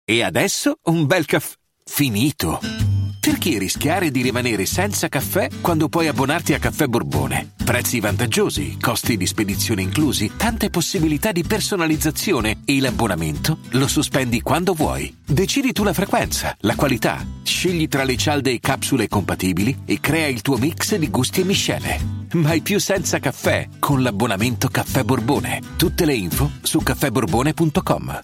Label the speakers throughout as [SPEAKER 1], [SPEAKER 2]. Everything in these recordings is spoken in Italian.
[SPEAKER 1] E adesso un bel caffè finito. Perché rischiare di rimanere senza caffè quando puoi abbonarti a Caffè Borbone? Prezzi vantaggiosi, costi di spedizione inclusi, tante possibilità di personalizzazione e l'abbonamento lo sospendi quando vuoi. Decidi tu la frequenza, la qualità, scegli tra le cialde e capsule compatibili e crea il tuo mix di gusti e miscele. Mai più senza caffè con l'abbonamento Caffè Borbone. Tutte le info su caffèborbone.com.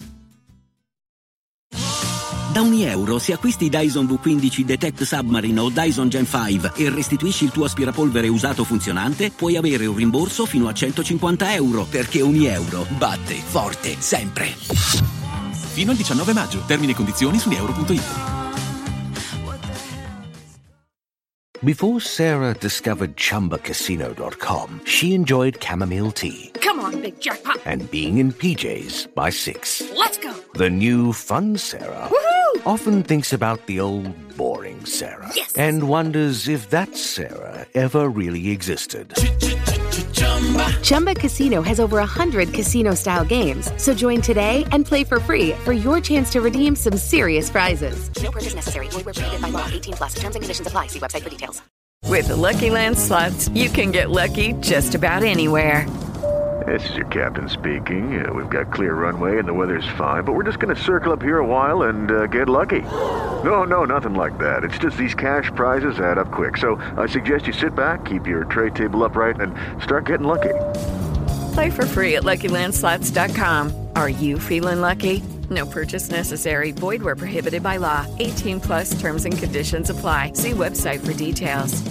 [SPEAKER 2] Da €1 se acquisti Dyson V15 Detect Submarine o Dyson Gen 5 e restituisci il tuo aspirapolvere usato funzionante, puoi avere un rimborso fino a €150, perché €1 batte forte sempre.
[SPEAKER 3] Fino al 19 maggio. Termini e condizioni su euro.it.
[SPEAKER 4] Before Sarah discovered ChumbaCasino.com, she enjoyed chamomile tea.
[SPEAKER 5] Come on, big jackpot.
[SPEAKER 4] And being in PJs by 6.
[SPEAKER 5] Let's go.
[SPEAKER 4] The new fun Sarah often thinks about the old boring Sarah.
[SPEAKER 5] Yes.
[SPEAKER 4] And wonders if that Sarah ever really existed.
[SPEAKER 6] Chumba Casino has over 100 casino-style games. So join today and play for free for your chance to redeem some serious prizes.
[SPEAKER 7] No purchase necessary. Void where prohibited by law. 18 plus. Terms and conditions apply. See website for details.
[SPEAKER 8] With the Lucky Land Slots, you can get lucky just about anywhere.
[SPEAKER 9] This is your captain speaking. We've got clear runway and the weather's fine, but we're just going to circle up here a while and get lucky. No, nothing like that. It's just these cash prizes add up quick. So I suggest you sit back, keep your tray table upright, and start getting lucky.
[SPEAKER 8] Play for free at LuckyLandSlots.com. Are you feeling lucky? No purchase necessary. Void where prohibited by law. 18 plus terms and conditions apply. See website for details.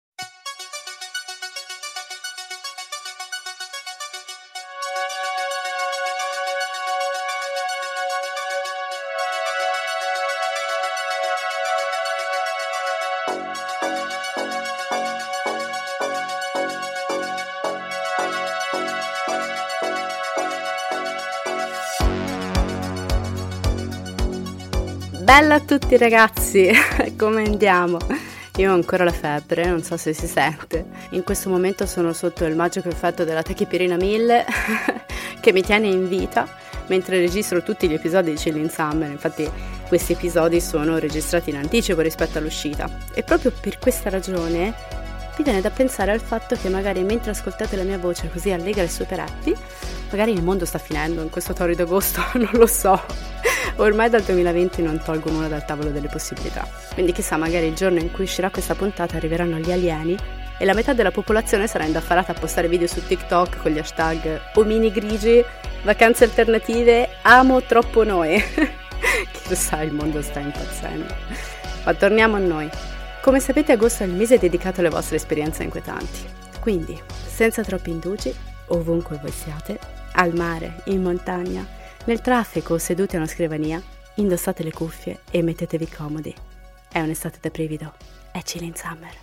[SPEAKER 10] Bella a tutti ragazzi, come andiamo? Io ho ancora la febbre, non so se si sente. In questo momento sono sotto il magico effetto della tachipirina 1000 che mi tiene in vita mentre registro tutti gli episodi di Chilling Summer. Infatti questi episodi sono registrati in anticipo rispetto all'uscita e proprio per questa ragione mi viene da pensare al fatto che magari mentre ascoltate la mia voce così allegra e super happy, magari il mondo sta finendo in questo torrido agosto, non lo so. Ormai dal 2020 non tolgo nulla dal tavolo delle possibilità. Quindi chissà, magari il giorno in cui uscirà questa puntata arriveranno gli alieni e la metà della popolazione sarà indaffarata a postare video su TikTok con gli hashtag omini grigi, vacanze alternative, amo troppo noi. Chi lo sa, il mondo sta impazzendo. Ma torniamo a noi. Come sapete, agosto è il mese dedicato alle vostre esperienze inquietanti. Quindi, senza troppi indugi, ovunque voi siate, al mare, in montagna, nel traffico o seduti a una scrivania, indossate le cuffie e mettetevi comodi. È un'estate da brivido. È Chilling Summer.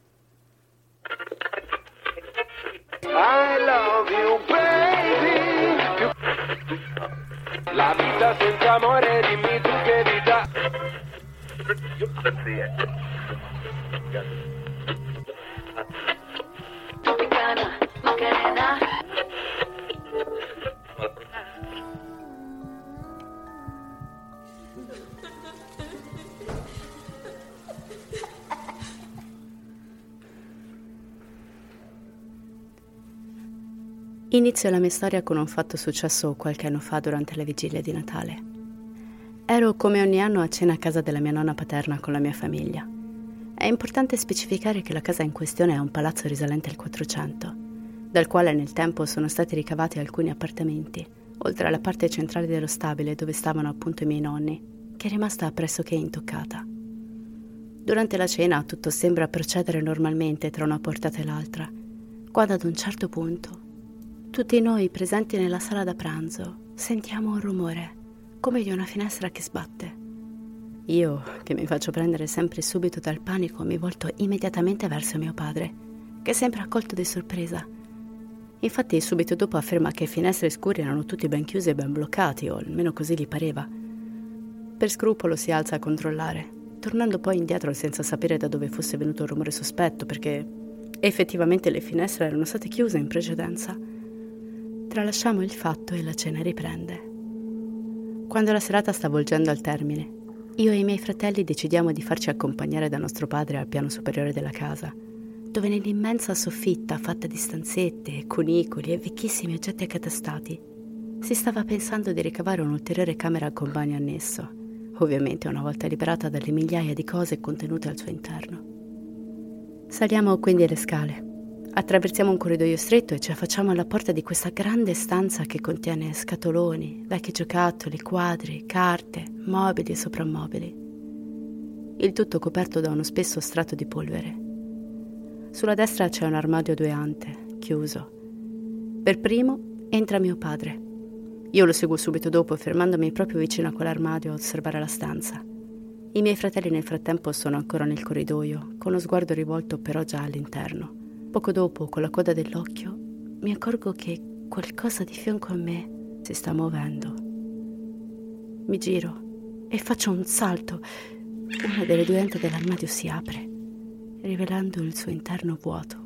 [SPEAKER 11] I love you, baby. La vita senza amore, dimmi tu che vita.
[SPEAKER 7] Tropicana, Macarena.
[SPEAKER 10] Inizio la mia storia con un fatto successo qualche anno fa durante la vigilia di Natale. Ero come ogni anno a cena a casa della mia nonna paterna con la mia famiglia. È importante specificare che la casa in questione è un palazzo risalente al 400, dal quale nel tempo sono stati ricavati alcuni appartamenti, oltre alla parte centrale dello stabile dove stavano appunto i miei nonni, che è rimasta pressoché intoccata. Durante la cena tutto sembra procedere normalmente tra una portata e l'altra, quando ad un certo punto tutti noi presenti nella sala da pranzo sentiamo un rumore, come di una finestra che sbatte. Io, che mi faccio prendere sempre subito dal panico, mi volto immediatamente verso mio padre, che sembra accolto di sorpresa. Infatti subito dopo afferma che finestre scure erano tutti ben chiuse e ben bloccati, o almeno così gli pareva. Per scrupolo si alza a controllare, tornando poi indietro senza sapere da dove fosse venuto il rumore sospetto, perché effettivamente le finestre erano state chiuse in precedenza. Tralasciamo il fatto e la cena riprende. Quando la serata sta volgendo al termine, io e i miei fratelli decidiamo di farci accompagnare da nostro padre al piano superiore della casa, dove nell'immensa soffitta fatta di stanzette, cunicoli e vecchissimi oggetti accatastati si stava pensando di ricavare un'ulteriore camera con bagno annesso, ovviamente una volta liberata dalle migliaia di cose contenute al suo interno. Saliamo quindi le scale, attraversiamo un corridoio stretto e ci affacciamo alla porta di questa grande stanza che contiene scatoloni, vecchi giocattoli, quadri, carte, mobili e soprammobili. Il tutto coperto da uno spesso strato di polvere. Sulla destra c'è un armadio a 2 ante, chiuso. Per primo entra mio padre. Io lo seguo subito dopo, fermandomi proprio vicino a quell'armadio a osservare la stanza. I miei fratelli nel frattempo sono ancora nel corridoio, con lo sguardo rivolto però già all'interno. Poco dopo, con la coda dell'occhio, mi accorgo che qualcosa di fianco a me si sta muovendo. Mi giro e faccio un salto. Una delle 2 ante dell'armadio si apre, rivelando il suo interno vuoto.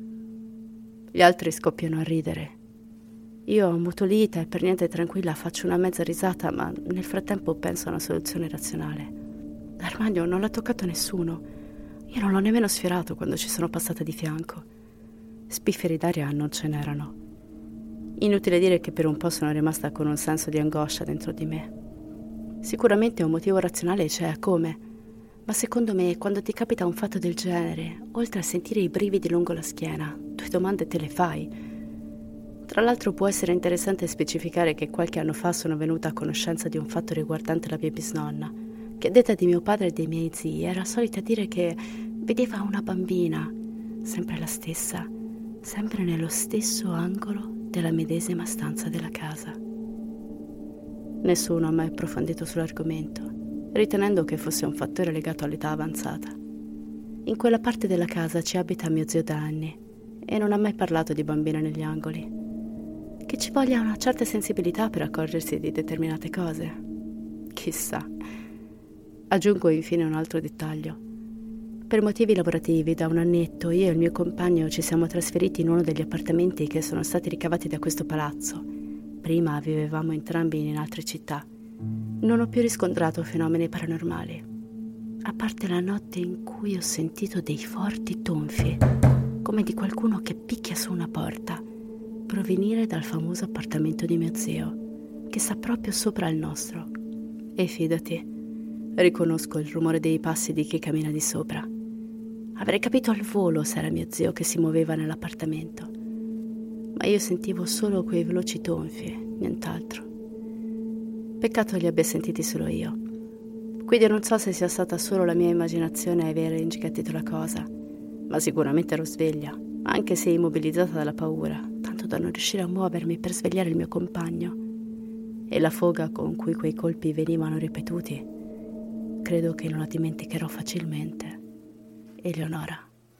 [SPEAKER 10] Gli altri scoppiano a ridere. Io, ammutolita e per niente tranquilla, faccio una mezza risata, ma nel frattempo penso a una soluzione razionale. L'armadio non l'ha toccato nessuno. Io non l'ho nemmeno sfiorato quando ci sono passata di fianco. Spifferi d'aria non ce n'erano. Inutile dire che per un po' sono rimasta con un senso di angoscia dentro di me. Sicuramente un motivo razionale c'è, come? Ma secondo me, quando ti capita un fatto del genere, oltre a sentire i brividi lungo la schiena, 2 domande te le fai. Tra l'altro può essere interessante specificare che qualche anno fa sono venuta a conoscenza di un fatto riguardante la mia bisnonna, che a detta di mio padre e dei miei zii era solita dire che vedeva una bambina, sempre la stessa, sempre nello stesso angolo della medesima stanza della casa. Nessuno ha mai approfondito sull'argomento, ritenendo che fosse un fattore legato all'età avanzata. In quella parte della casa ci abita mio zio da anni e non ha mai parlato di bambine negli angoli. Che ci voglia una certa sensibilità per accorgersi di determinate cose. Chissà. Aggiungo infine un altro dettaglio. Per motivi lavorativi, da 1 annetto, io e il mio compagno ci siamo trasferiti in uno degli appartamenti che sono stati ricavati da questo palazzo. Prima vivevamo entrambi in altre città. Non ho più riscontrato fenomeni paranormali, a parte la notte in cui ho sentito dei forti tonfi, come di qualcuno che picchia su una porta, provenire dal famoso appartamento di mio zio, che sta proprio sopra il nostro. E fidati, riconosco il rumore dei passi di chi cammina di sopra. Avrei capito al volo se era mio zio che si muoveva nell'appartamento, ma io sentivo solo quei veloci tonfi, nient'altro. Peccato li abbia sentiti solo io. Quindi non so se sia stata solo la mia immaginazione a aver ingigattito la cosa, ma sicuramente ero sveglia, anche se immobilizzata dalla paura, tanto da non riuscire a muovermi per svegliare il mio compagno. E la foga con cui quei colpi venivano ripetuti, credo che non la dimenticherò facilmente. Eleonora.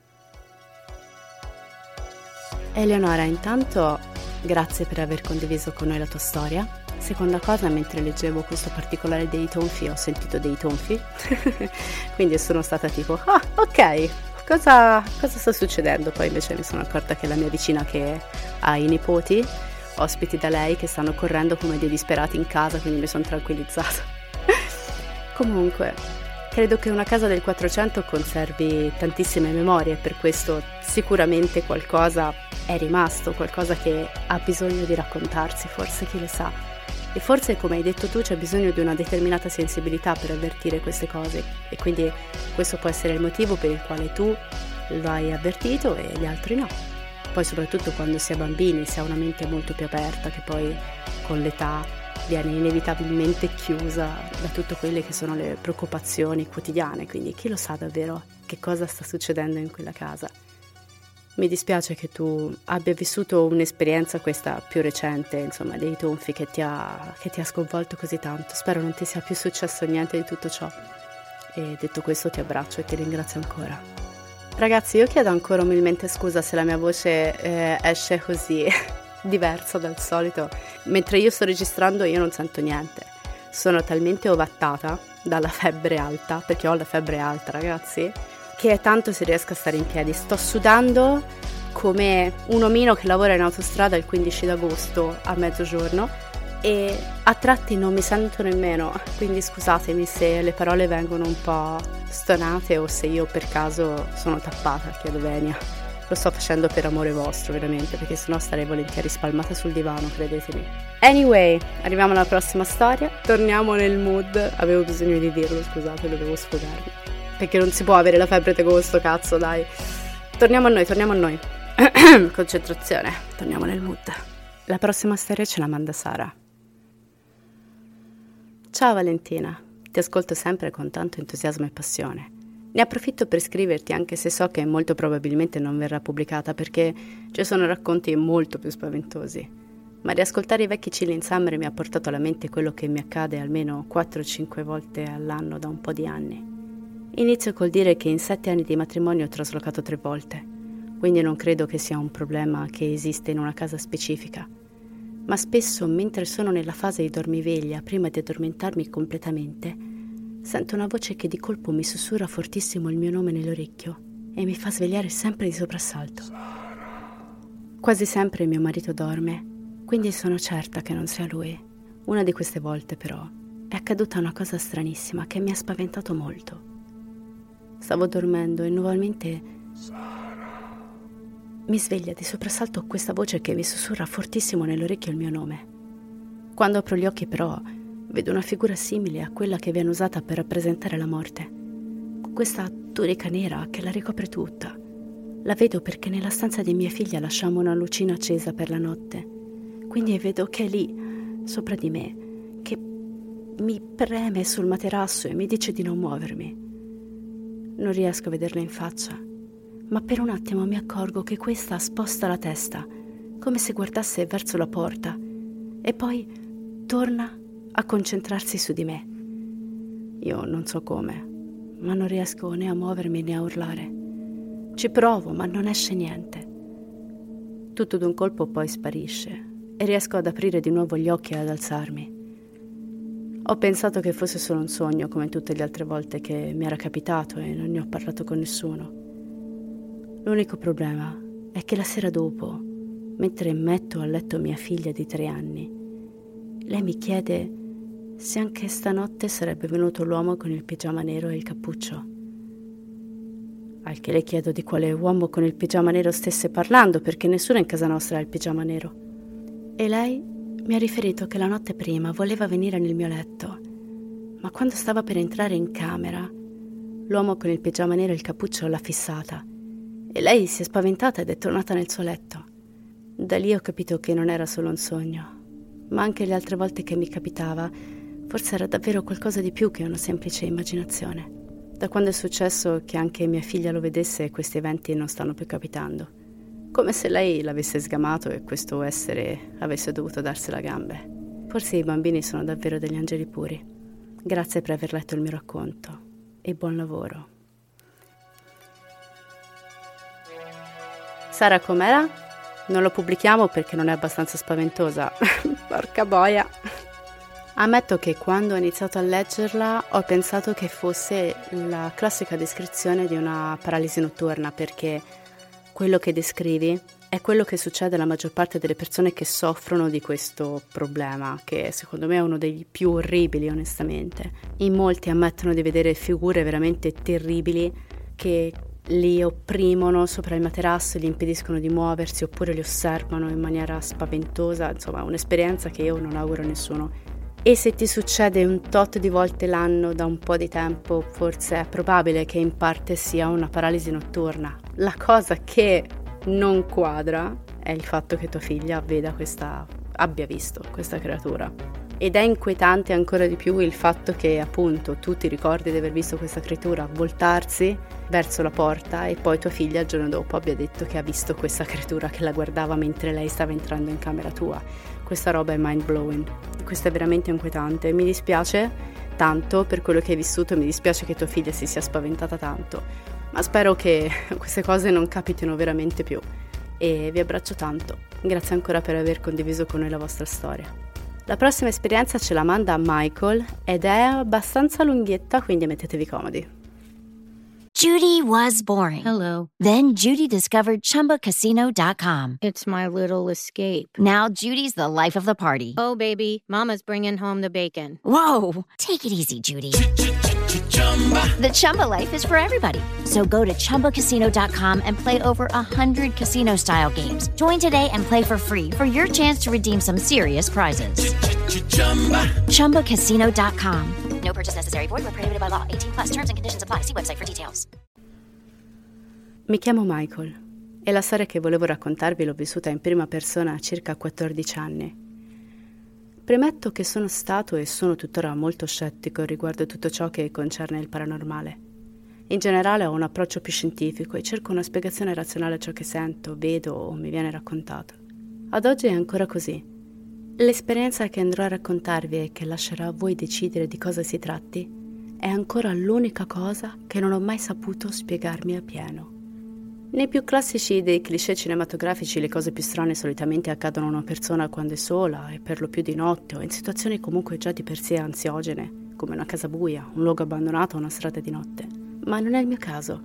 [SPEAKER 10] Eleonora, intanto grazie per aver condiviso con noi la tua storia. Seconda cosa, mentre leggevo questo particolare dei tonfi ho sentito dei tonfi quindi sono stata tipo ok, cosa sta succedendo? Poi invece mi sono accorta che la mia vicina, che ha i nipoti ospiti da lei, che stanno correndo come dei disperati in casa, quindi mi sono tranquillizzata. Comunque credo che una casa del 400 conservi tantissime memorie, per questo sicuramente qualcosa è rimasto, qualcosa che ha bisogno di raccontarsi, forse, chi lo sa. E forse, come hai detto tu, c'è bisogno di una determinata sensibilità per avvertire queste cose, e quindi questo può essere il motivo per il quale tu lo hai avvertito e gli altri no. Poi soprattutto quando si è bambini si ha una mente molto più aperta, che poi con l'età viene inevitabilmente chiusa da tutte quelle che sono le preoccupazioni quotidiane, quindi chi lo sa davvero che cosa sta succedendo in quella casa. Mi dispiace che tu abbia vissuto un'esperienza, questa più recente, insomma, dei tonfi, che ti ha sconvolto così tanto. Spero non ti sia più successo niente di tutto ciò. E detto questo ti abbraccio e ti ringrazio ancora. Ragazzi, io chiedo ancora umilmente scusa se la mia voce esce così diversa dal solito. Mentre io sto registrando io non sento niente. Sono talmente ovattata dalla febbre alta, perché ho la febbre alta, ragazzi, che è tanto se riesco a stare in piedi. Sto sudando come un omino che lavora in autostrada il 15 d'agosto a mezzogiorno, e a tratti non mi sento nemmeno, quindi scusatemi se le parole vengono un po' stonate o se io per caso sono tappata, chiedo venia. Lo sto facendo per amore vostro, veramente, perché sennò starei volentieri spalmata sul divano, credetemi. Anyway, arriviamo alla prossima storia. Torniamo nel mood. Avevo bisogno di dirlo, scusate, dovevo sfogarmi. Perché non si può avere la febbre d'agosto, cazzo, dai. Torniamo a noi. Concentrazione, torniamo nel mood. La prossima storia ce la manda Sara. Ciao Valentina, ti ascolto sempre con tanto entusiasmo e passione. Ne approfitto per scriverti anche se so che molto probabilmente non verrà pubblicata perché ci sono racconti molto più spaventosi. Ma riascoltare i vecchi Chilling Summer mi ha portato alla mente quello che mi accade almeno 4-5 volte all'anno da un po' di anni. Inizio col dire che in 7 anni di matrimonio ho traslocato 3 volte, quindi non credo che sia un problema che esiste in una casa specifica. Ma spesso, mentre sono nella fase di dormiveglia, prima di addormentarmi completamente, sento una voce che di colpo mi sussurra fortissimo il mio nome nell'orecchio e mi fa svegliare sempre di soprassalto. Quasi sempre mio marito dorme, quindi sono certa che non sia lui. Una di queste volte, però, è accaduta una cosa stranissima che mi ha spaventato molto. Stavo dormendo e nuovamente mi sveglia di soprassalto questa voce che mi sussurra fortissimo nell'orecchio il mio nome. Quando apro gli occhi, però, vedo una figura simile a quella che viene usata per rappresentare la morte, con questa tunica nera che la ricopre tutta. La vedo perché nella stanza di mia figlia lasciamo una lucina accesa per la notte, quindi vedo che è lì, sopra di me, che mi preme sul materasso e mi dice di non muovermi. Non riesco a vederla in faccia, ma per un attimo mi accorgo che questa sposta la testa, come se guardasse verso la porta, e poi torna a concentrarsi su di me. Io non so come, ma non riesco né a muovermi né a urlare. Ci provo, ma non esce niente. Tutto d'un colpo poi sparisce e riesco ad aprire di nuovo gli occhi e ad alzarmi. Ho pensato che fosse solo un sogno, come tutte le altre volte che mi era capitato e non ne ho parlato con nessuno. L'unico problema è che la sera dopo, mentre metto a letto mia figlia di 3 anni, lei mi chiede se anche stanotte sarebbe venuto l'uomo con il pigiama nero e il cappuccio. Al che le chiedo di quale uomo con il pigiama nero stesse parlando, perché nessuno in casa nostra ha il pigiama nero. E lei mi ha riferito che la notte prima voleva venire nel mio letto, ma quando stava per entrare in camera, l'uomo con il pigiama nero e il cappuccio l'ha fissata e lei si è spaventata ed è tornata nel suo letto. Da lì ho capito che non era solo un sogno, ma anche le altre volte che mi capitava, forse era davvero qualcosa di più che una semplice immaginazione. Da quando è successo che anche mia figlia lo vedesse, questi eventi non stanno più capitando. Come se lei l'avesse sgamato e questo essere avesse dovuto darsela a gambe. Forse i bambini sono davvero degli angeli puri. Grazie per aver letto il mio racconto e buon lavoro. Sara, com'era? Non lo pubblichiamo perché non è abbastanza spaventosa. Porca boia. Ammetto che quando ho iniziato a leggerla ho pensato che fosse la classica descrizione di una paralisi notturna, perché quello che descrivi è quello che succede alla maggior parte delle persone che soffrono di questo problema, che secondo me è uno dei più orribili, onestamente. In molti ammettono di vedere figure veramente terribili che li opprimono sopra il materasso e gli impediscono di muoversi, oppure li osservano in maniera spaventosa. Insomma, un'esperienza che io non auguro a nessuno. E se ti succede un tot di volte l'anno da un po' di tempo, forse è probabile che in parte sia una paralisi notturna. La cosa che non quadra è il fatto che tua figlia abbia visto questa creatura. Ed è inquietante ancora di più il fatto che appunto tu ti ricordi di aver visto questa creatura voltarsi verso la porta e poi tua figlia il giorno dopo abbia detto che ha visto questa creatura che la guardava mentre lei stava entrando in camera tua. Questa roba è mind blowing, questo è veramente inquietante. Mi dispiace tanto per quello che hai vissuto, mi dispiace che tua figlia si sia spaventata tanto, ma spero che queste cose non capitino veramente più e vi abbraccio tanto. Grazie ancora per aver condiviso con noi la vostra storia. La prossima esperienza ce la manda Michael ed è abbastanza lunghietta, quindi mettetevi comodi.
[SPEAKER 5] Judy was boring.
[SPEAKER 12] Hello.
[SPEAKER 5] Then Judy discovered ChumbaCasino.com.
[SPEAKER 12] It's my little escape.
[SPEAKER 5] Now Judy's the life of the party.
[SPEAKER 12] Oh, baby, mama's bringing home the bacon.
[SPEAKER 5] Whoa, take it easy, Judy. The Chumba life is for everybody. So go to ChumbaCasino.com and play over 100 casino-style games. Join today and play for free for your chance to redeem some serious prizes. ChumbaCasino.com.
[SPEAKER 7] No purchase necessary. Void where prohibited by law. 18 plus. Terms and conditions apply. See website for details.
[SPEAKER 10] Mi chiamo Michael e la storia che volevo raccontarvi l'ho vissuta in prima persona a circa 14 anni. Premetto che sono stato e sono tuttora molto scettico riguardo tutto ciò che concerne il paranormale. In generale ho un approccio più scientifico e cerco una spiegazione razionale a ciò che sento, vedo o mi viene raccontato. Ad oggi è ancora così. L'esperienza che andrò a raccontarvi e che lascerà a voi decidere di cosa si tratti è ancora l'unica cosa che non ho mai saputo spiegarmi appieno. Nei più classici dei cliché cinematografici le cose più strane solitamente accadono a una persona quando è sola e per lo più di notte o in situazioni comunque già di per sé ansiogene, come una casa buia, un luogo abbandonato o una strada di notte. Ma non è il mio caso,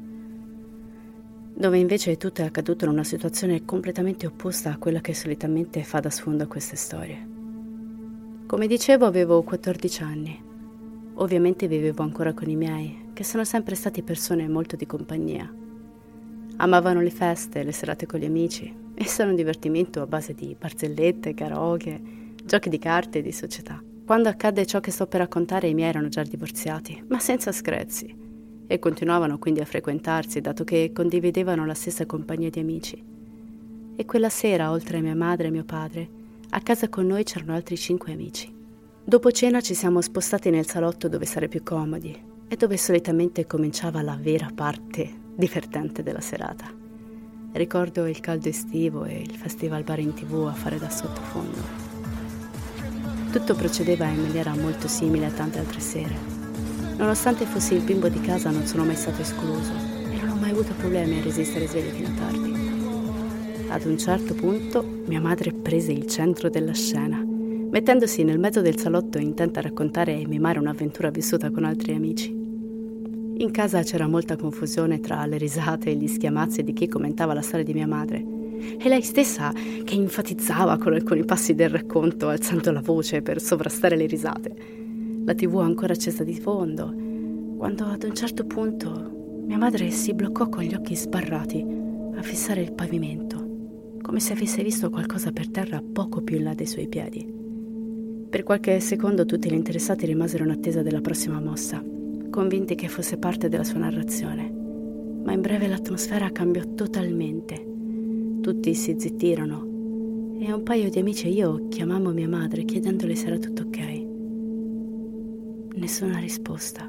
[SPEAKER 10] dove invece tutto è accaduto in una situazione completamente opposta a quella che solitamente fa da sfondo a queste storie. Come dicevo, avevo 14 anni. Ovviamente vivevo ancora con i miei, che sono sempre stati persone molto di compagnia. Amavano le feste, le serate con gli amici e sono un divertimento a base di barzellette, karaoke, giochi di carte e di società. Quando accadde ciò che sto per raccontare i miei erano già divorziati, ma senza screzi, e continuavano quindi a frequentarsi dato che condividevano la stessa compagnia di amici. E quella sera, oltre a mia madre e mio padre, a casa con noi c'erano altri 5 amici. Dopo cena ci siamo spostati nel salotto dove stare più comodi e dove solitamente cominciava la vera parte divertente della serata. Ricordo il caldo estivo e il festival bar in TV a fare da sottofondo. Tutto procedeva in maniera molto simile a tante altre sere. Nonostante fossi il bimbo di casa non sono mai stato escluso e non ho mai avuto problemi a resistere sveglio fino a tardi. Ad un certo punto mia madre prese il centro della scena, mettendosi nel mezzo del salotto intenta a raccontare e mimare un'avventura vissuta con altri amici. In casa c'era molta confusione tra le risate e gli schiamazzi di chi commentava la storia di mia madre e lei stessa che enfatizzava con alcuni passi del racconto alzando la voce per sovrastare le risate. La TV ancora accesa di fondo, quando ad un certo punto mia madre si bloccò con gli occhi sbarrati a fissare il pavimento, come se avesse visto qualcosa per terra poco più in là dei suoi piedi. Per qualche secondo tutti gli interessati rimasero in attesa della prossima mossa, convinti che fosse parte della sua narrazione. Ma in breve l'atmosfera cambiò totalmente. Tutti si zittirono e un paio di amici e io chiamammo mia madre chiedendole se era tutto ok. Nessuna risposta.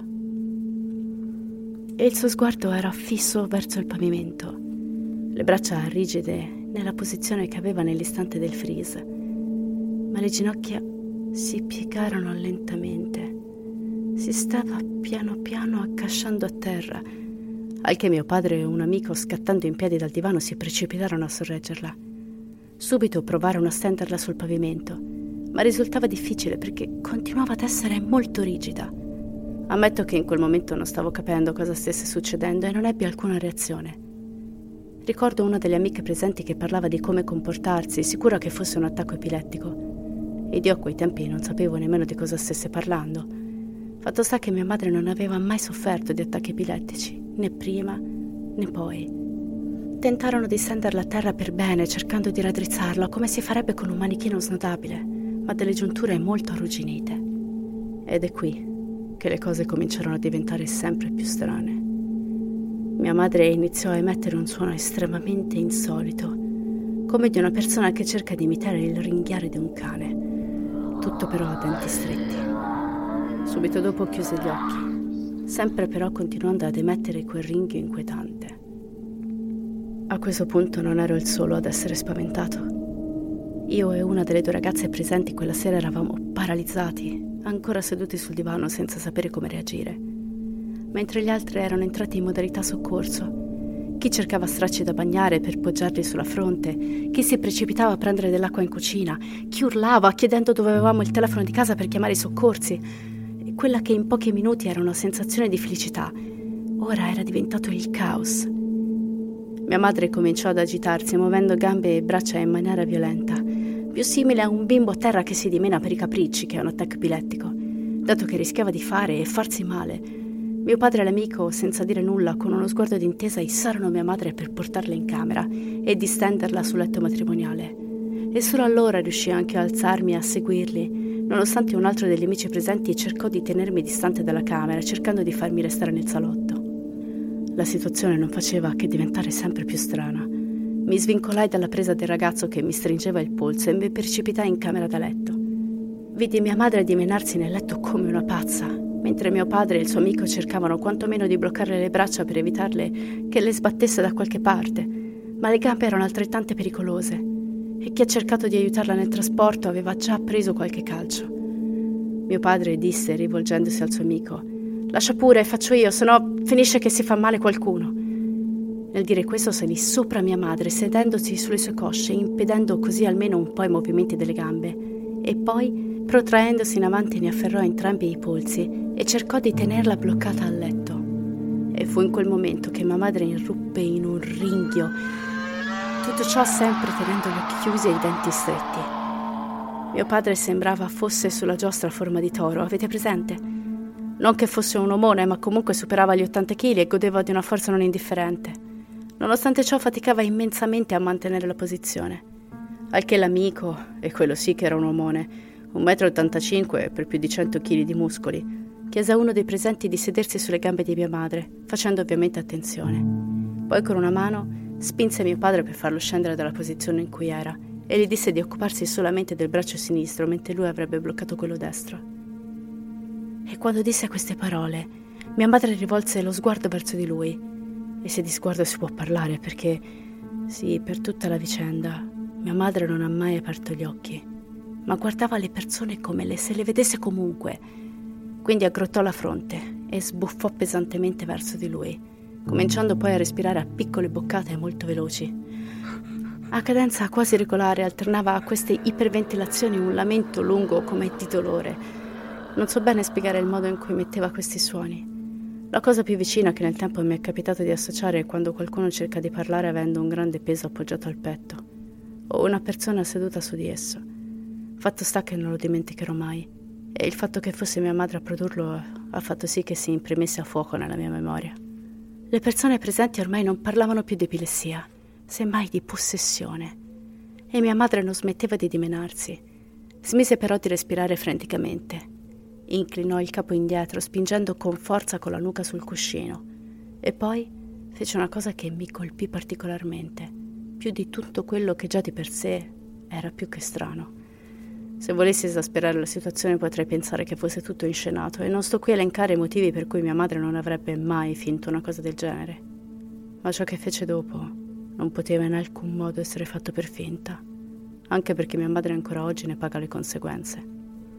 [SPEAKER 10] E il suo sguardo era fisso verso il pavimento, le braccia rigide nella posizione che aveva nell'istante del freeze, ma le ginocchia si piegarono lentamente. Si stava piano piano accasciando a terra, al che mio padre e un amico, scattando in piedi dal divano, si precipitarono a sorreggerla. Subito provarono a stenderla sul pavimento, ma risultava difficile perché continuava ad essere molto rigida. Ammetto che in quel momento non stavo capendo cosa stesse succedendo e non ebbi alcuna reazione. Ricordo una delle amiche presenti che parlava di come comportarsi, sicura che fosse un attacco epilettico. Ed io a quei tempi non sapevo nemmeno di cosa stesse parlando. Fatto sta che mia madre non aveva mai sofferto di attacchi epilettici, né prima né poi. Tentarono di stenderla a terra per bene, cercando di raddrizzarla come si farebbe con un manichino snodabile, ma delle giunture molto arrugginite. Ed è qui che le cose cominciarono a diventare sempre più strane. Mia madre iniziò a emettere un suono estremamente insolito, come di una persona che cerca di imitare il ringhiare di un cane, tutto però a denti stretti. Subito dopo chiuse gli occhi, sempre però continuando ad emettere quel ringhio inquietante. A questo punto non ero il solo ad essere spaventato. Io e una delle 2 ragazze presenti quella sera eravamo paralizzati, ancora seduti sul divano senza sapere come reagire, mentre gli altri erano entrati in modalità soccorso. Chi cercava stracci da bagnare per poggiarli sulla fronte, chi si precipitava a prendere dell'acqua in cucina, chi urlava chiedendo dove avevamo il telefono di casa per chiamare i soccorsi. E quella che in pochi minuti era una sensazione di felicità ora era diventato il caos. Mia madre cominciò ad agitarsi, muovendo gambe e braccia in maniera violenta, più simile a un bimbo a terra che si dimena per i capricci che a un attacco epilettico, dato che rischiava di fare e farsi male. Mio padre e l'amico, senza dire nulla, con uno sguardo d'intesa, issarono mia madre per portarla in camera e distenderla sul letto matrimoniale. E solo allora riuscii anche a alzarmi e a seguirli, nonostante un altro degli amici presenti cercò di tenermi distante dalla camera, cercando di farmi restare nel salotto. La situazione non faceva che diventare sempre più strana. Mi svincolai dalla presa del ragazzo che mi stringeva il polso e mi precipitai in camera da letto. Vidi mia madre dimenarsi nel letto come una pazza, mentre mio padre e il suo amico cercavano quantomeno di bloccarle le braccia per evitarle che le sbattesse da qualche parte, ma le gambe erano altrettante pericolose e chi ha cercato di aiutarla nel trasporto aveva già preso qualche calcio. Mio padre disse, rivolgendosi al suo amico: «Lascia pure, faccio io, sennò finisce che si fa male qualcuno». Nel dire questo salì sopra mia madre, sedendosi sulle sue cosce, impedendo così almeno un po' i movimenti delle gambe, e poi, protraendosi in avanti, ne afferrò entrambi i polsi e cercò di tenerla bloccata al letto. E fu in quel momento che mia madre irruppe in un ringhio, tutto ciò sempre tenendo gli occhi chiusi e i denti stretti. Mio padre sembrava fosse sulla giostra a forma di toro, avete presente? Non che fosse un omone, ma comunque superava gli 80 kg e godeva di una forza non indifferente. Nonostante ciò faticava immensamente a mantenere la posizione. Al che l'amico, e quello sì che era un omone, 1,85 m per più di 100 kg di muscoli, chiese a uno dei presenti di sedersi sulle gambe di mia madre, facendo ovviamente attenzione. Poi con una mano spinse mio padre per farlo scendere dalla posizione in cui era e gli disse di occuparsi solamente del braccio sinistro mentre lui avrebbe bloccato quello destro. E quando disse queste parole, mia madre rivolse lo sguardo verso di lui. E se di sguardo si può parlare, perché, sì, per tutta la vicenda, mia madre non ha mai aperto gli occhi, ma guardava le persone come se le vedesse comunque. Quindi aggrottò la fronte e sbuffò pesantemente verso di lui, cominciando poi a respirare a piccole boccate molto veloci. A cadenza quasi regolare alternava a queste iperventilazioni un lamento lungo come di dolore. Non so bene spiegare il modo in cui metteva questi suoni. La cosa più vicina che nel tempo mi è capitato di associare è quando qualcuno cerca di parlare avendo un grande peso appoggiato al petto, o una persona seduta su di esso. Fatto sta che non lo dimenticherò mai, e il fatto che fosse mia madre a produrlo ha fatto sì che si imprimesse a fuoco nella mia memoria. Le persone presenti ormai non parlavano più di epilessia, semmai di possessione, e mia madre non smetteva di dimenarsi. Smise però di respirare freneticamente. Inclinò il capo indietro, spingendo con forza con la nuca sul cuscino, e poi fece una cosa che mi colpì particolarmente, più di tutto quello che già di per sé era più che strano. Se volessi esasperare la situazione potrei pensare che fosse tutto inscenato, e non sto qui a elencare i motivi per cui mia madre non avrebbe mai finto una cosa del genere. Ma ciò che fece dopo non poteva in alcun modo essere fatto per finta, anche perché mia madre ancora oggi ne paga le conseguenze.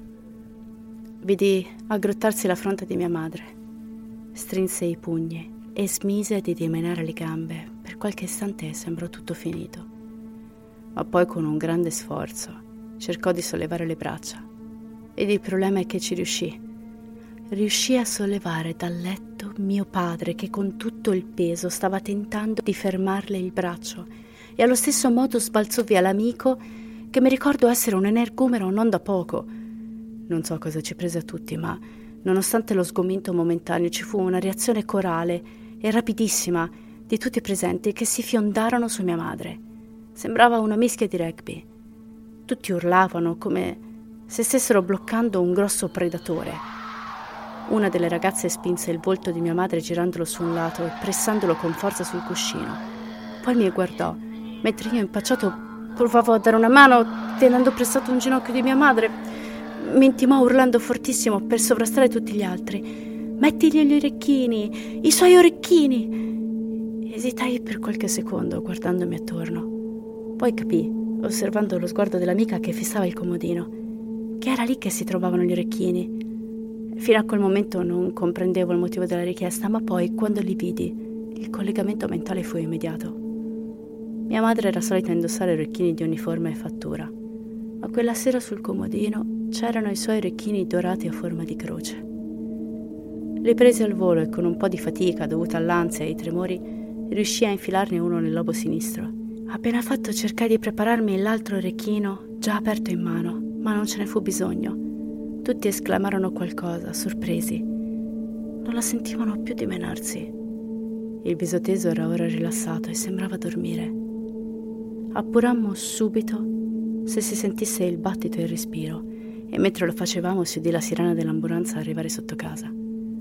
[SPEAKER 10] Vidi aggrottarsi la fronte di mia madre, strinse i pugni e smise di dimenare le gambe. Per qualche istante sembrò tutto finito, ma poi con un grande sforzo cercò di sollevare le braccia, ed il problema è che ci riuscì. Riuscì a sollevare dal letto mio padre, che con tutto il peso stava tentando di fermarle il braccio, e allo stesso modo sbalzò via l'amico, che mi ricordo essere un energumeno non da poco. Non so cosa ci prese a tutti, ma nonostante lo sgomento momentaneo ci fu una reazione corale e rapidissima di tutti i presenti che si fiondarono su mia madre. Sembrava una mischia di rugby. Tutti urlavano come se stessero bloccando un grosso predatore. Una delle ragazze spinse il volto di mia madre girandolo su un lato e pressandolo con forza sul cuscino. Poi mi guardò, mentre io impacciato provavo a dare una mano tenendo pressato un ginocchio di mia madre. Mi intimò urlando fortissimo per sovrastare tutti gli altri: «Mettigli gli orecchini, i suoi orecchini!» Esitai per qualche secondo guardandomi attorno. Poi capii, osservando lo sguardo dell'amica che fissava il comodino, che era lì che si trovavano gli orecchini. Fino a quel momento non comprendevo il motivo della richiesta, ma poi, quando li vidi, il collegamento mentale fu immediato. Mia madre era solita indossare orecchini di uniforme fattura, ma quella sera sul comodino c'erano i suoi orecchini dorati a forma di croce. Li presi al volo e con un po' di fatica dovuta all'ansia e ai tremori riuscii a infilarne uno nel lobo sinistro. Appena fatto cercai di prepararmi l'altro orecchino già aperto in mano, ma non ce ne fu bisogno. Tutti esclamarono qualcosa, sorpresi. Non la sentivano più dimenarsi. Il viso teso era ora rilassato e sembrava dormire. Appurammo subito se si sentisse il battito e il respiro, e mentre lo facevamo si udì la sirena dell'ambulanza arrivare sotto casa.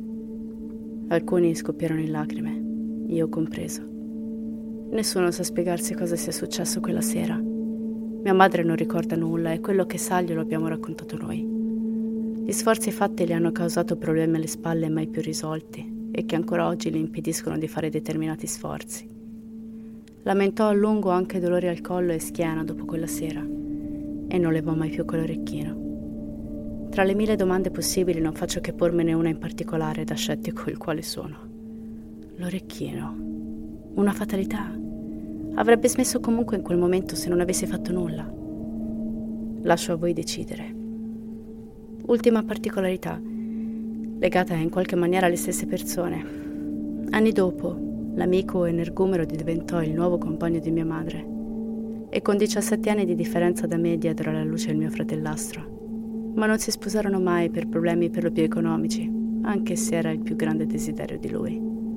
[SPEAKER 10] Alcuni scoppiarono in lacrime, io compreso. Nessuno sa spiegarsi cosa sia successo quella sera. Mia madre non ricorda nulla e quello che sa glielo abbiamo raccontato noi. Gli sforzi fatti le hanno causato problemi alle spalle mai più risolti e che ancora oggi le impediscono di fare determinati sforzi. Lamentò a lungo anche dolori al collo e schiena dopo quella sera e non levò mai più quell'orecchino. Tra le 1000 domande possibili non faccio che pormene una in particolare da scettico il quale sono. L'orecchino. Una fatalità. Avrebbe smesso comunque in quel momento se non avessi fatto nulla. Lascio a voi decidere. Ultima particolarità, legata in qualche maniera alle stesse persone. Anni dopo, l'amico energumeno diventò il nuovo compagno di mia madre e con 17 anni di differenza da me diedero alla luce il mio fratellastro. Ma non si sposarono mai per problemi per lo più economici, anche se era il più grande desiderio di lui.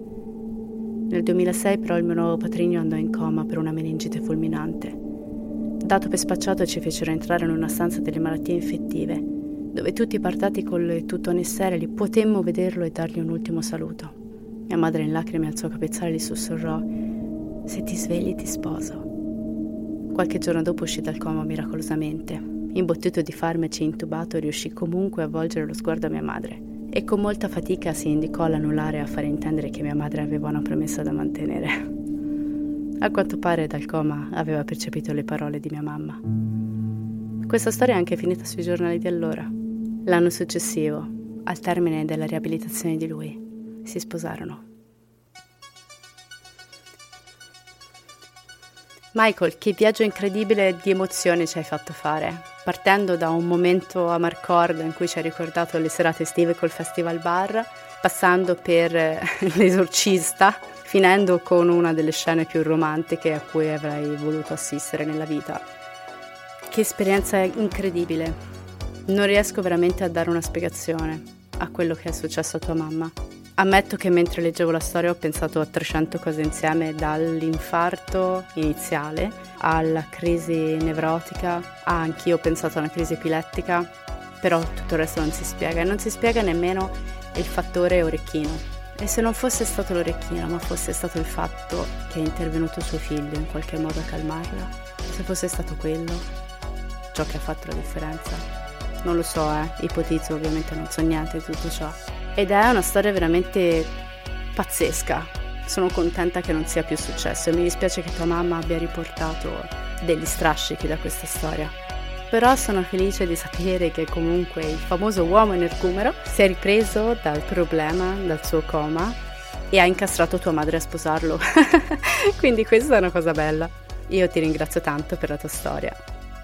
[SPEAKER 10] Nel 2006 però il mio nuovo patrigno andò in coma per una meningite fulminante. Dato per spacciato ci fecero entrare in una stanza delle malattie infettive, dove tutti partati con le tutone sterili potemmo vederlo e dargli un ultimo saluto. Mia madre in lacrime alzò capezzale e gli sussurrò: «Se ti svegli ti sposo». Qualche giorno dopo uscì dal coma miracolosamente. Imbottito di farmaci e intubato, riuscì comunque a volgere lo sguardo a mia madre e con molta fatica si indicò all'anulare a fare intendere che mia madre aveva una promessa da mantenere. A quanto pare dal coma aveva percepito le parole di mia mamma. Questa storia è anche finita sui giornali di allora. L'anno successivo, al termine della riabilitazione di lui, si sposarono. Michael, che viaggio incredibile di emozioni ci hai fatto fare, partendo da un momento a Marcord in cui ci hai ricordato le serate estive col Festival Bar, passando per l'esorcista, finendo con una delle scene più romantiche a cui avrei voluto assistere nella vita. Che esperienza incredibile! Non riesco veramente a dare una spiegazione a quello che è successo a tua mamma. Ammetto che mentre leggevo la storia ho pensato a 300 cose insieme, dall'infarto iniziale alla crisi nevrotica, anch'io ho pensato a una crisi epilettica, però tutto il resto non si spiega e non si spiega nemmeno il fattore orecchino. E se non fosse stato l'orecchino, ma fosse stato il fatto che è intervenuto suo figlio in qualche modo a calmarla, se fosse stato quello ciò che ha fatto la differenza, non lo so, ipotizzo, ovviamente non so niente di tutto ciò. Ed è una storia veramente pazzesca. Sono contenta che non sia più successo e mi dispiace che tua mamma abbia riportato degli strascichi da questa storia. Però sono felice di sapere che comunque il famoso uomo energumeno si è ripreso dal problema, dal suo coma, e ha incastrato tua madre a sposarlo. Quindi questa è una cosa bella. Io ti ringrazio tanto per la tua storia.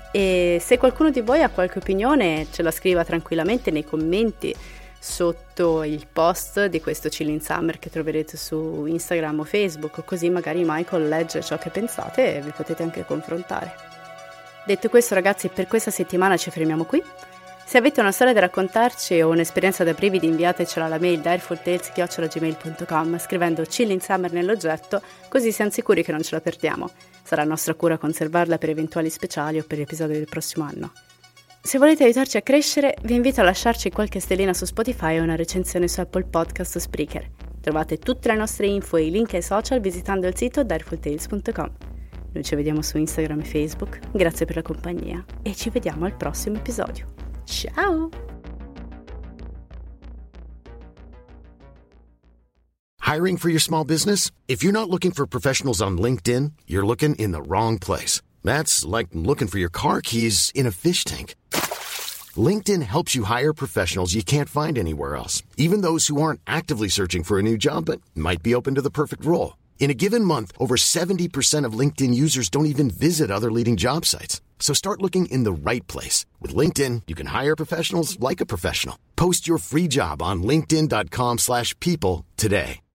[SPEAKER 10] E se qualcuno di voi ha qualche opinione, ce la scriva tranquillamente nei commenti sotto il post di questo Chilling Summer che troverete su Instagram o Facebook, così magari Michael legge ciò che pensate e vi potete anche confrontare. Detto questo, ragazzi, per questa settimana ci fermiamo qui. Se avete una storia da raccontarci o un'esperienza da brividi, inviatecela alla mail direfultales@gmail.com scrivendo Chilling Summer nell'oggetto, così siamo sicuri che non ce la perdiamo. Sarà nostra cura conservarla per eventuali speciali o per episodi del prossimo anno. Se volete aiutarci a crescere, vi invito a lasciarci qualche stellina su Spotify o una recensione su Apple Podcast o Spreaker. Trovate tutte le nostre info e i link ai social visitando il sito direfultales.com. Noi ci vediamo su Instagram e Facebook, grazie per la compagnia e ci vediamo al prossimo episodio. Ciao!
[SPEAKER 13] Hiring for your small business? If you're not looking for professionals on LinkedIn, you're looking in the wrong place. That's like looking for your car keys in a fish tank. LinkedIn helps you hire professionals you can't find anywhere else, even those who aren't actively searching for a new job but might be open to the perfect role. In a given month, over 70% of LinkedIn users don't even visit other leading job sites. So start looking in the right place. With LinkedIn, you can hire professionals like a professional. Post your free job on linkedin.com/people today.